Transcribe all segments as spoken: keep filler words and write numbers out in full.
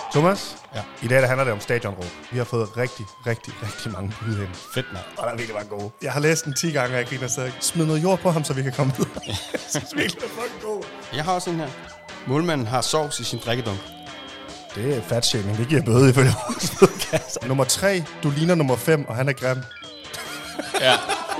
Thomas, ja. I dag der handler det om stadionråb. Vi har fået rigtig, rigtig, rigtig mange bud ind. Fedt, mand. Og der er virkelig mange gode. Jeg har læst den ti gange, og jeg griner stadig. Smid noget jord på ham, så vi kan komme videre. Jeg synes virkelig, det er fucking god. Jeg har også en her. Målmanden har sovs i sin drikkedunk. Det er fatshaming. Det giver bøde ifølge vores podcast. Nummer tre, du ligner nummer fem, og han er grim. Ja.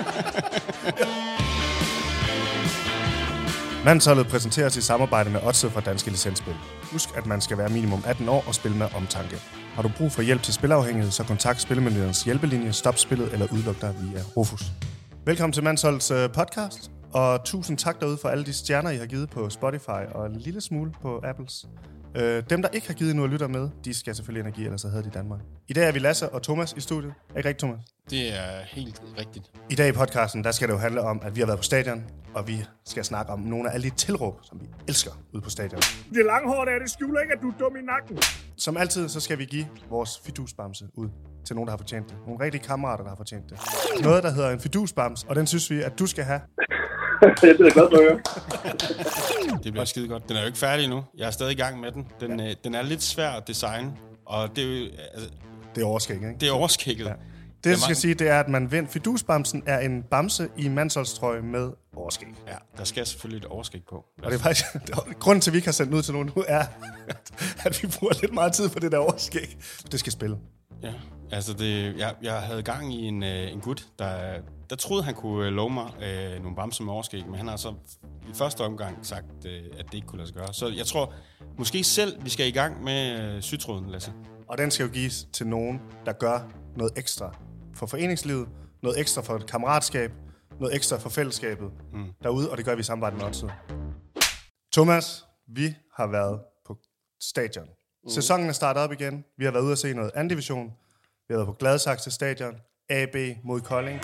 Mandsholdet præsenteres i samarbejde med Odset fra Danske Licensspil. Husk, at man skal være minimum atten år og spille med omtanke. Har du brug for hjælp til spilafhængighed, så kontakt Spillemyndighedens hjælpelinje, stop spillet eller udluk dig via Rufus. Velkommen til Mandsholdets podcast, og tusind tak derude for alle de stjerner, I har givet på Spotify og en lille smule på Apples. Dem, der ikke har givet endnu og lytter med, de skal selvfølgelig energi, ellers så hedder de i Danmark. I dag er vi Lasse og Thomas i studiet. Er ikke rigtigt, Thomas? Det er helt rigtigt. I dag i podcasten, der skal det jo handle om, at vi har været på stadion, og vi skal snakke om nogle af alle de tilråb, som vi elsker ude på stadion. Det langhårde er det skjuler ikke, at du er dum i nakken. Som altid, så skal vi give vores fidusbamse ud til nogen, der har fortjent det. Nogle rigtige kammerater, der har fortjent det. Noget, der hedder en fidusbamse, og den synes vi, at du skal have. Det er jeg glad for at høre. Det bliver skide godt. Den er jo ikke færdig endnu. Jeg er stadig i gang med den. Den, ja. øh, den er lidt svær at designe, og det er jo... Altså, det er overskæg, ikke? Det er overskægget. Ja. Det, jeg skal sige, det er, at man vinder. Fidusbamsen er en bamse i mandsholdstrøje med overskæg. Ja, der skal selvfølgelig et overskæg på. Og det er faktisk... Grunden til, at vi ikke har sendt ud til nogen nu, er, at vi bruger lidt meget tid på det der overskæg. Det skal spille. Ja, altså det... Jeg, jeg havde gang i en, øh, en gut, der... Der troede, han kunne øh, love mig øh, nogle bamser med overskæg, men han har så i første omgang sagt, øh, at det ikke kunne lade sig gøre. Så jeg tror, måske selv, vi skal i gang med øh, sytråden, Lasse. Og den skal jo gives til nogen, der gør noget ekstra for foreningslivet, noget ekstra for et kammeratskab, noget ekstra for fællesskabet mm. derude, og det gør vi i samarbejde med Odset. Thomas, vi har været på stadion. Mm. Sæsonen er startet op igen. Vi har været ude at se noget anden division. Vi har været på Gladsaxe Stadion, A B mod Kolding.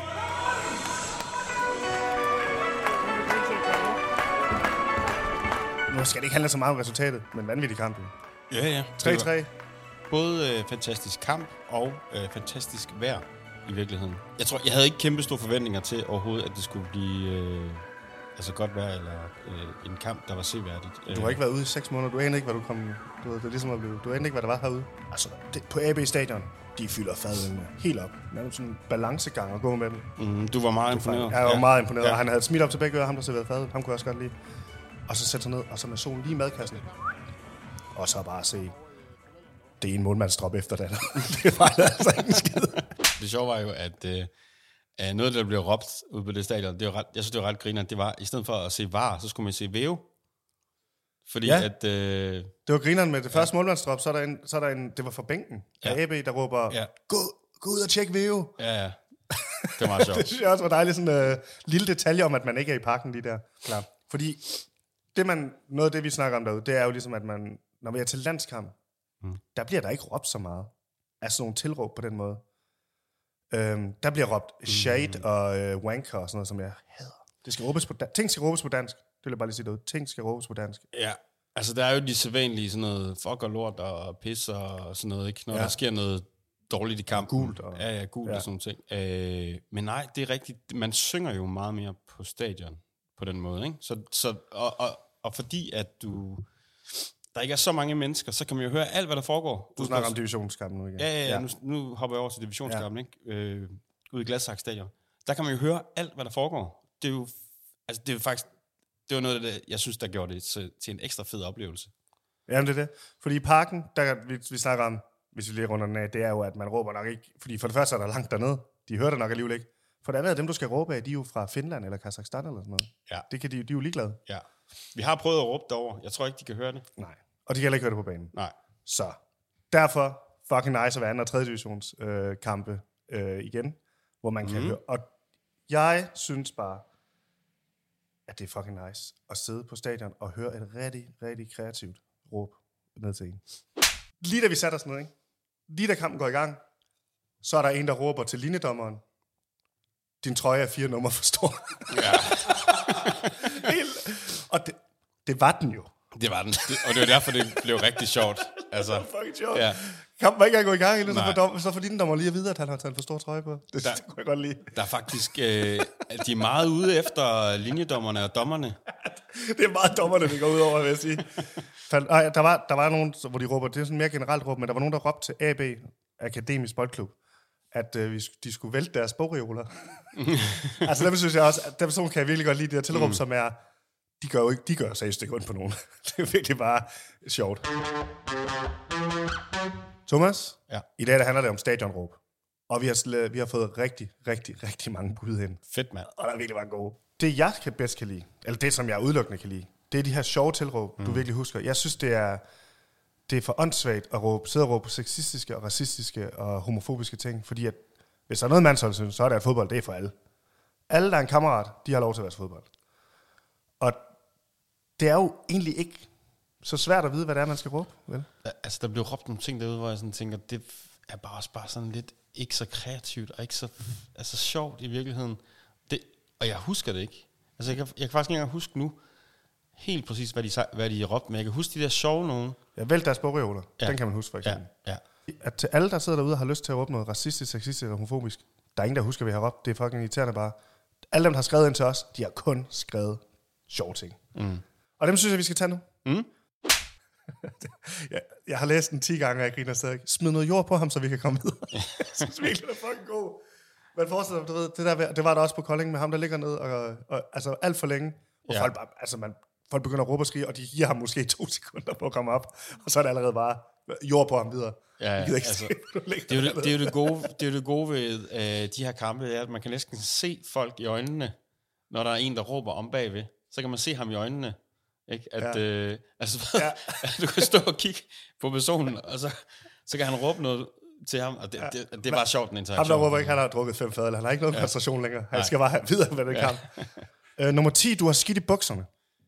Nu skal det ikke handle så meget om resultatet, men vanvittig kamp. Ja, ja. tre tre. Både øh, fantastisk kamp og øh, fantastisk vejr i virkeligheden. Jeg tror, jeg havde ikke kæmpe store forventninger til overhovedet, at det skulle blive øh, altså godt vejr eller øh, en kamp, der var seværdigt. Du har ikke været ude i seks måneder. Du anede ikke, hvad du kom. Du ved, det er ligesom at blive. Du anede ikke, hvad der var herude. Altså, det, på A B Stadion, de fylder fadølene helt op. Det er sådan en balancegang at gå med dem. Mm, du var meget du imponeret. Jeg var ja. meget imponeret, ja. og han havde smidt op til begge ører, ham der serverede fadøl. Ham kunne jeg også godt lide. Og så sætte sig ned, og så med solen lige i madkassen. Og så bare se det ene målmandsdrop efter det. Det var altså ikke en skid. Det sjove var jo, at øh, noget, der blev råbt ude på det stadion, det var ret, jeg synes, det var ret grinerende. Det var, i stedet for at se V A R, så skulle man se væve. Fordi ja. at... Øh, det var grineren med det første ja. målmandsdrop, så er der en, så er der en, det var fra bænken af ja. A B, der råber, ja. gå, gå ud og tjek væve. Ja, ja. Det var meget sjovt. Det synes jeg også var dejligt, sådan en uh, lille detalje om, at man ikke er i parken lige der. Klar. Fordi det man, noget af det, vi snakker om derude, det er jo ligesom, at man, når vi er til landskamp, hmm. der bliver der ikke råbt så meget. Altså nogle tilråb på den måde. Øhm, der bliver råbt shade mm. og øh, wanker og sådan noget, som jeg hader. Det skal råbes på dansk. Ting skal råbes på dansk. Det vil jeg bare lige sige derude. Ting skal råbes på dansk. Ja, altså der er jo de sædvanlige sådan noget fuck og lort og pis og sådan noget, ikke? Når ja. der sker noget dårligt i kampen. Gult. Og, ja, ja, gult ja. og sådan ting. Øh, men nej, det er rigtigt. Man synger jo meget mere på stadion på den måde, ikke? Så, så, og, og, og fordi at du... Der ikke er så mange mennesker, så kan man jo høre alt, hvad der foregår. Du snakker om divisionskampen nu igen. Ja, ja, ja. Nu, nu hopper jeg over til divisionskampen, ja. ikke? Øh, ude i Gladsaxe Stadion. Der kan man jo høre alt, hvad der foregår. Det er jo, altså, det er jo faktisk, det var noget af det, jeg synes, der gjorde det til, til en ekstra fed oplevelse. Jamen, det er det. Fordi i parken, der vi, vi snakker om, hvis vi lige runder den af, det er jo, at man råber nok ikke, fordi for det første er der langt dernede. De hører det nok alligevel ikke. For det andet, dem du skal råbe af, de er jo fra Finland eller Kazakhstan eller sådan noget. Ja. Det kan de, de er jo ligeglade. Ja. Vi har prøvet at råbe derover. Jeg tror ikke, de kan høre det. Nej. Og de kan heller ikke høre det på banen. Nej. Så derfor fucking nice at være anden og tredje divisions øh, kampe øh, igen, hvor man kan mm. høre. Og jeg synes bare, at det er fucking nice at sidde på stadion og høre et rigtig, rigtig kreativt råb ned til en. Lige da vi satte os ned, ikke? Lige da kampen går i gang, så er der en, der råber til linjedommeren, din trøje er fire numre for stor. Ja. Og det, det var den jo. Det var den. Det, og det var derfor, det blev rigtig sjovt. Altså, det var fucking sjovt. Ja. Kampen var ikke engang gået i gang endnu, så får, dom, så får linjedommer lige at vide, at han har taget en for stor trøje på. Det, der, det kunne jeg godt lide. Der er faktisk... Øh, de er meget ude efter linjedommerne og dommerne. Det er meget dommerne, vi går ud over, vil jeg sige. Fald, nej, der var, der var nogen, hvor de råber, det er sådan mere generelt råb, men der var nogen, der råbte til A B, Akademisk Boldklub, at øh, de skulle vælte deres bogreoler. Altså, dem synes jeg også, at den person kan jeg virkelig godt lide, det her tilråb, mm. som er, de gør jo ikke, de gør seriøst ikke ondt på nogen. Det er virkelig bare sjovt. Thomas, ja. I dag der handler det om stadionråb. Og vi har, vi har fået rigtig, rigtig, rigtig mange bud ind. Fedt, mand. Og der er virkelig mange gode. Det, jeg kan bedst kan lide, eller det, som jeg udelukkende kan lide, det er de her sjove tilråb, mm. du virkelig husker. Jeg synes, det er, det er for åndssvagt at råbe, sidde og råbe på sexistiske og racistiske og homofobiske ting. Fordi at, hvis der er noget mandshold, synes, så er det, at fodbold det er for alle. Alle, der er en kammerat, de har lov til at være fodbold. Og det er jo egentlig ikke så svært at vide, hvad det er, man skal råbe, vel? Altså, der blev råbt nogle ting derude, hvor jeg sådan tænker, det er bare også bare sådan lidt ikke så kreativt og ikke så altså, sjovt i virkeligheden. Det, og jeg husker det ikke. Altså, jeg kan, jeg kan faktisk ikke engang huske nu helt præcis, hvad de, hvad de råbte, men jeg kan huske de der sjove nogen. Ja, vælg deres bogreoler. Ja. Den kan man huske, for eksempel. Ja, ja. At til alle, der sidder derude og har lyst til at råbe noget racistisk, sexistisk eller homofobisk, der er ingen, der husker, hvad vi har råbt. Det er fucking irriterende bare. Alle dem, der har skrevet ind til os, de har kun skrevet sjove ting. Mm. Og dem synes jeg, vi skal tage nu. Mm. jeg, jeg har læst den ti gange, og jeg griner stadig. Smid noget jord på ham, så vi kan komme videre. Jeg synes virkelig, det er fucking god. Men fortsæt, du ved, det, der, det var der også på Kolding med ham, der ligger ned, og, og altså alt for længe. Og ja. folk, bare, altså man, folk begynder at råbe og skrige, og de giver ham måske to sekunder på at komme op, og så er det allerede bare jord på ham videre. Ja, ja. Altså, se, det, er jo det, det, er jo det, gode, det er jo det gode ved øh, de her kampe, er, at man kan næsten se folk i øjnene, når der er en, der råber om bagved. Så kan man se ham i øjnene. Ikke? At, ja. øh, altså, ja. at du kan stå og kigge på personen, og så, så kan han råbe noget til ham, og det, ja. det, det, det er bare sjovt, den interaktion. Ham der råber ikke, han har drukket fem fadøl, han har ikke nogen ja. koncentration længere. Han Nej. skal bare have videre med den ja. kamp. uh, nummer ti, du har skidt i bukserne.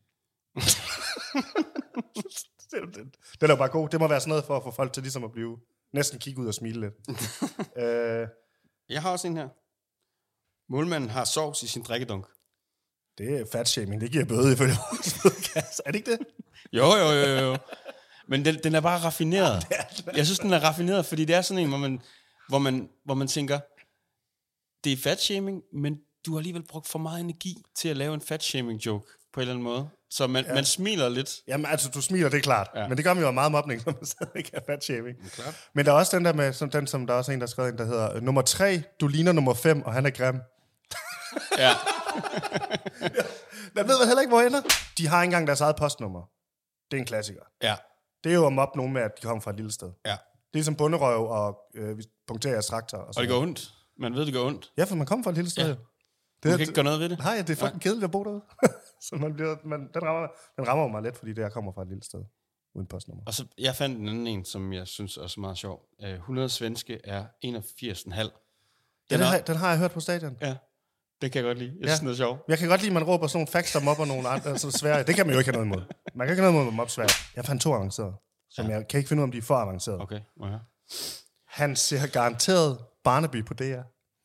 den, den er bare god. Det må være sådan noget for at få folk til ligesom at blive, næsten kigge ud og smile lidt. uh, Jeg har også en her. Målmanden har sovs i sin drikkedunk. Det er fatshaming, det giver bøde ifølge vores podcast. Er det ikke det? Jo, jo, jo, jo. Men den, den er bare raffineret. Jeg synes, den er raffineret, fordi det er sådan en, hvor man, hvor man, hvor man tænker, det er fatshaming, men du har alligevel brugt for meget energi til at lave en fatshaming-joke på en eller anden måde. Så man, ja. man smiler lidt. Jamen altså, du smiler, det er klart. Ja. Men det gør man jo meget mobning, når man stadig ikke er fatshaming. Men der er også den der med, som, den, som der er også en, der har skrevet en, der hedder, nummer tre, du ligner nummer fem, og han er grim. Ja. Jeg ved man heller ikke, hvor ender. De har ikke engang deres eget postnummer. Det er en klassiker. Ja. Det er jo at mobbe nogen med, at de kommer fra et lille sted. Ja. Det er som bunderøv og øh, vi punkterer jeres traktor. Og, og det går ondt. Man ved, det går ondt. Ja, for man kommer fra et lille sted. Ja. Det man kan ikke gøre noget ved det. Nej, det er fucking kedeligt at bo derude. Så man bliver, man, den, rammer, den rammer mig lidt, fordi det jeg kommer fra et lille sted. Uden postnummer. Og så, jeg fandt en anden en, som jeg synes også er meget sjov. Uh, hundrede svenske er enogfirs komma fem. Ja, den, har, den har jeg hørt på stadion. Ja. Det kan jeg godt lide. Jeg ja. synes, det er sjovt. Jeg kan godt lide, at man råber sådan nogle facts, der mobber nogle andre. Altså Sverige. Det kan man jo ikke have noget imod. Man kan ikke have noget imod at mobbe Sverige. Jeg fandt to avancerede, som ja. jeg kan ikke finde ud af, om de er for avancerede. Okay, ja. Han ser garanteret Barnaby på D R.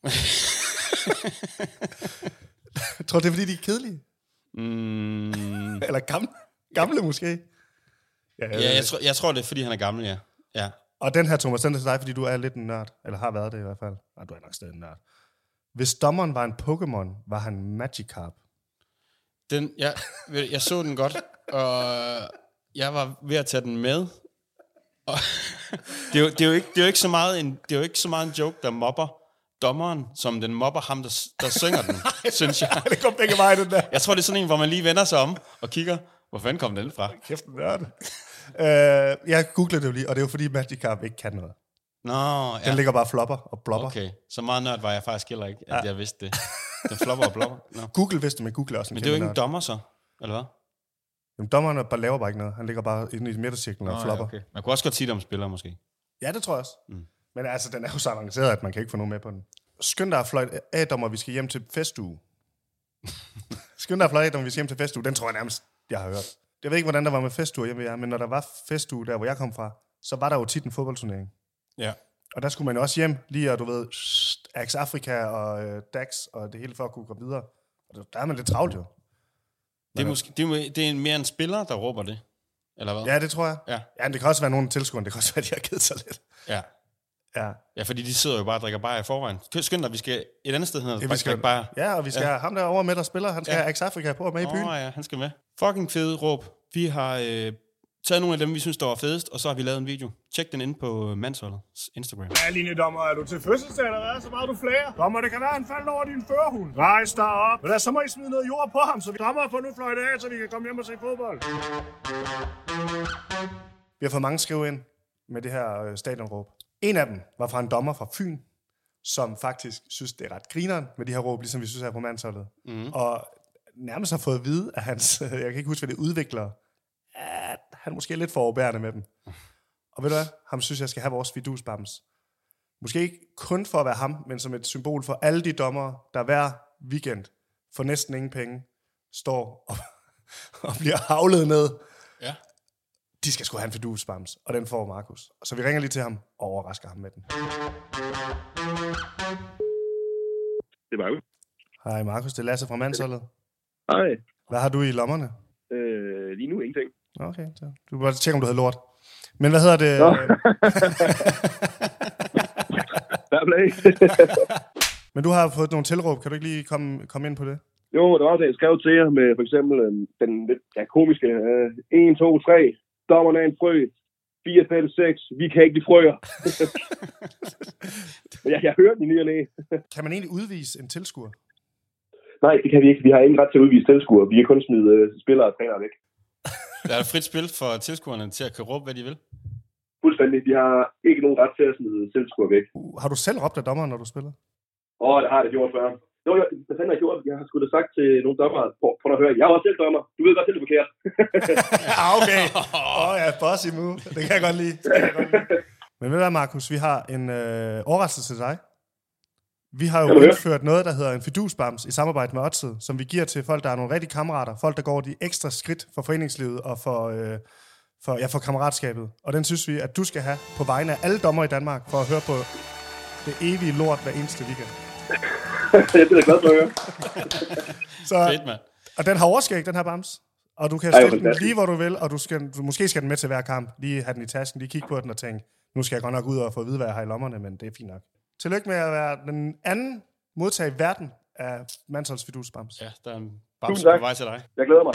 Tror du, det er, fordi de er kedelige? Mm. Eller gamle, gamle måske? Ja, jeg, ja jeg, tror, jeg tror, det er, fordi han er gammel, ja. ja. Og den her, Thomas, den er til dig, fordi du er lidt en nørd. Eller har været det i hvert fald. Nej, du er nok stadig en nørd. Hvis dommeren var en Pokémon, var han Magikarp. Den, jeg, jeg så den godt, og jeg var ved at tage den med. Og det, er jo, det, er jo ikke, det er jo ikke så meget en, det er jo ikke så meget en joke, der mobber dommeren, som den mobber ham, der, der synger den, synes jeg. Det går begge veje, den der. Jeg tror, det er sådan en, hvor man lige vender sig om og kigger, hvor fanden kom den fra? Kæft, den er det. Uh, jeg googlede det jo lige, og det er jo fordi Magikarp ikke kan noget. Nå, ja. Den ligger bare flopper og blopper. Okay, så meget nørd var jeg faktisk heller ikke, at ja. jeg vidste det. Den flopper og blopper. No. Google vidste, men Google er også en Men det er jo ikke en dommer så, eller hvad? Jamen, dommeren bare laver bare ikke noget. Han ligger bare inde i midtercirklen og flopper. Ja, okay. Man kunne også godt sige det om spillere, måske. Ja, det tror jeg også. Mm. Men altså, den er jo så avanceret, at man kan ikke få nogen med på den. Skynd dig, fløjt A-dommer, vi skal hjem til festuge. Skynd dig, fløjt A-dommer, vi skal hjem til festuge. Den tror jeg nærmest, jeg har hørt. Jeg ved ikke, hvordan der var med festuge hjemme ved jer, men når der var festuge der, hvor jeg kom fra, så var der jo tit en fodboldturnering. Ja. Og der skulle man jo også hjem, lige og du ved, Ax Afrika og øh, Dax og det hele for at kunne gå videre. Og der er man lidt travlt jo. Det er, måske, det, er, det er mere en spiller, der råber det, eller hvad? Ja, det tror jeg. Ja, ja, men det kan også være nogle tilskuere, det kan også være, de har givet sig lidt. Ja. Ja. Ja, fordi de sidder jo bare og drikker bajer i forvejen. Skynd dig, vi skal et andet sted hen og ja, drikke bajer. Ja, og vi skal ja. ham der over med, der spiller, han skal ja. have Ax Afrika på og med i byen. Åh ja, han skal med. Fucking fed råb. Vi har øh, taget nogle af dem, vi synes, der var fedest, og så har vi lavet en video. Tjek den inde på Mandsholdets Instagram. Ja, linjedommer, er du til fødselsdag, eller hvad? Så meget du flærer. Dommer, det kan være, han falder over din førhund. Rejs dig op. Men så må I smide noget jord på ham, så vi dommer får nu fløjt af, så vi kan komme hjem og se fodbold. Vi har fået mange skrive ind med det her øh, stadionråb. En af dem var fra en dommer fra Fyn, som faktisk synes, det er ret grineren med de her råb, ligesom vi synes her på Mandsholdet. Mm. Og nærmest har fået at vide, at hans, jeg kan ikke huske, hvad det udvikler, at han måske er lidt for overbærende med dem. Og ved du hvad? Ham synes, jeg skal have vores fidusbams. Måske ikke kun for at være ham, men som et symbol for alle de dommere, der hver weekend for næsten ingen penge står og, og bliver havlet ned. Ja. De skal sgu have en fidusbams, og den får Markus. Så vi ringer lige til ham og overrasker ham med den. Det er Markus. Hej Markus, det er Lasse fra Mandsholdet. Hej. Hvad har du i lommerne? Øh, lige nu ingenting. Okay, så du vil bare tjekke, om du havde lort. Men hvad hedder det? Fair play. Men du har fået nogle tilråb. Kan du ikke lige komme, komme ind på det? Jo, der var også, jeg skrev til jer med for eksempel øh, den lidt ja, komiske øh, en, to, tre, dommerne er en frø, fire, fem, seks, vi kan ikke lide frøer. jeg, jeg hørte den i ny og næ. Kan man egentlig udvise en tilskuer? Nej, det kan vi ikke. Vi har ingen ret til at udvise tilskuere. Vi kan kun smide øh, spillere og trænere væk. Der er frit spil for tilskuerne til at kunne råbe, hvad de vil. Fuldstændig. Vi har ikke nogen ret til at smide tilskuere væk. Uh, har du selv råbt af dommeren, når du spiller? Åh, oh, det har det gjort før. Jo, jo, hvad fanden har jeg gjort? Jeg har sgu da sagt til nogle dommer, prøv at høre, jeg er også selv dommer. Du ved godt, det er forkert. Ja, okay. Åh oh, ja, bossy move. Det kan jeg godt lide. Det kan jeg godt lide. Men ved du hvad, Markus? Vi har en øh, overraskelse til dig. Vi har jo indført noget, der hedder en fidusbams i samarbejde med Odset, som vi giver til folk, der er nogle rigtige kammerater. Folk, der går de ekstra skridt for foreningslivet og for, øh, for, ja, for kammeratskabet. Og den synes vi, at du skal have på vegne af alle dommer i Danmark, for at høre på det evige lort hver eneste weekend. Det er da glad for at høre. Så, Fedt, mand. og den har overskæg, den her bams. Og du kan Ej, stille den lige, hvor du vil, og du skal, du, måske skal den med til hver kamp. Lige have den i tasken, lige kigge på den og tænke, nu skal jeg godt nok ud og få at vide, hvad jeg har i lommerne, men det er fint nok. Tillykke med at være den anden modtager i verden af Mandsholds fidusbams. Ja, der er en bams på vej til dig. Jeg glæder mig.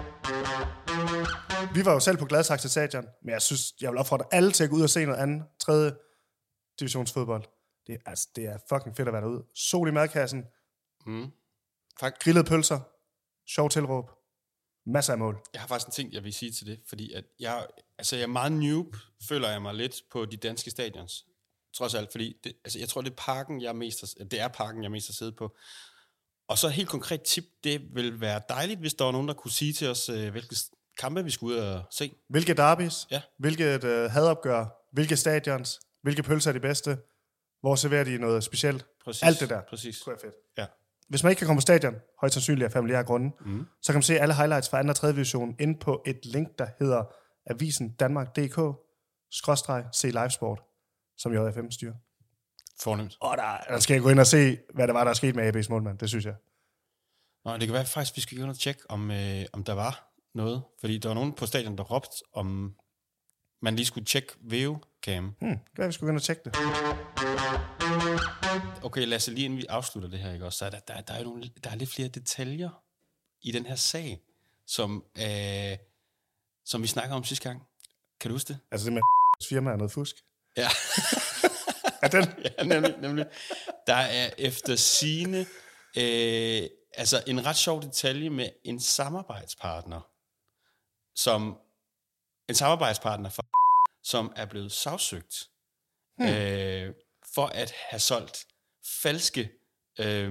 Vi var jo selv på Gladsaxe Stadion, men jeg synes, jeg vil opfordre alle til at gå ud og se noget andet. Tredje divisionsfodbold. Det, altså, det er fucking fedt at være derude. Sol i madkassen. Mm. Fakt. Grillede pølser. Sjov tilråb. Masser af mål. Jeg har faktisk en ting, jeg vil sige til det, fordi at jeg, altså jeg er meget noob, føler jeg mig lidt på de danske stadions. Trods alt, fordi det, altså jeg tror, det er parken, jeg er mest at, det er parken, jeg er mest at sidde på. Og så et helt konkret tip, det vil være dejligt, hvis der var nogen, der kunne sige til os, hvilke kampe vi skulle ud og se. Hvilke derbys, ja. Hvilket uh, hadopgør, hvilke stadions, hvilke pølser er de bedste, hvor serverer de noget specielt. Præcis. Alt det der. Præcis. Det er fedt. Ja. Hvis man ikke kan komme på stadion, højst sandsynligt af familiære grunde, mm. så kan man se alle highlights fra anden og tredje division inde på et link, der hedder avisen danmark punktum d k skråstreg se livesport, som J F M styrer. Fornemt. Og der, der skal jeg gå ind og se, hvad der var, der er sket med A B's målmand. Det synes jeg. Nå, det kan være faktisk, vi skal gå ind og tjekke, om, øh, om der var noget. Fordi der var nogen på stadion, der råbte, om man lige skulle tjekke view-cam. Hmm, det kan vi skulle gå ind og tjekke det. Okay, lad os lige inden vi afslutter det her, ikke også? Så er der, der, der, er nogle, der er lidt flere detaljer i den her sag, som, øh, som vi snakker om sidste gang. Kan du huske det? Altså det med firma er noget fusk? Ja. Er den? Ja, nemlig, nemlig. Der er efter sigende øh, altså en ret sjov detalje med en samarbejdspartner, som en samarbejdspartner for, som er blevet sagsøgt hmm. øh, for at have solgt falske. Øh,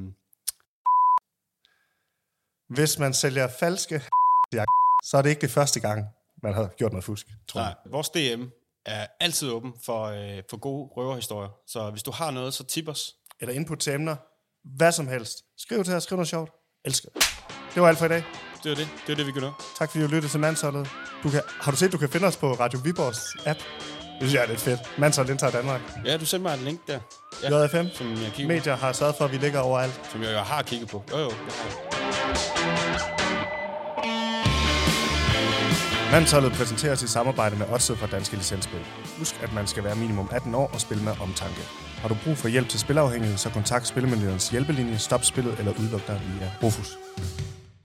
Hvis man sælger falske, så er det ikke det første gang, man har gjort noget fusk, tror jeg. Nej, vores D M er altid åben for, øh, for gode røverhistorier. Så hvis du har noget, så tip os. Eller input til emner. Hvad som helst. Skriv til os, skriv noget sjovt. Elsker det. Det var alt for i dag. Det var det. Det var det, vi kunne nå. Tak fordi du lyttede til Mandsholdet. Du kan, har du set, du kan finde os på Radio Viborgs app? Det synes jeg er lidt fedt. Mandsholdet indtager Danmark. Ja, du sendte mig et link der. Ja, J F M. Som jeg Medier har sørget for, at vi ligger overalt. Som jeg jo har kigget på. Jo, jo. Det har jeg. Mandsholdet præsenteres i samarbejde med Odset fra Danske Licensspil. Husk, at man skal være minimum atten år og spille med omtanke. Har du brug for hjælp til spilafhængighed, så kontakt Spillemyndighedens hjælpelinje, stop spillet eller udluk dig via Rufus.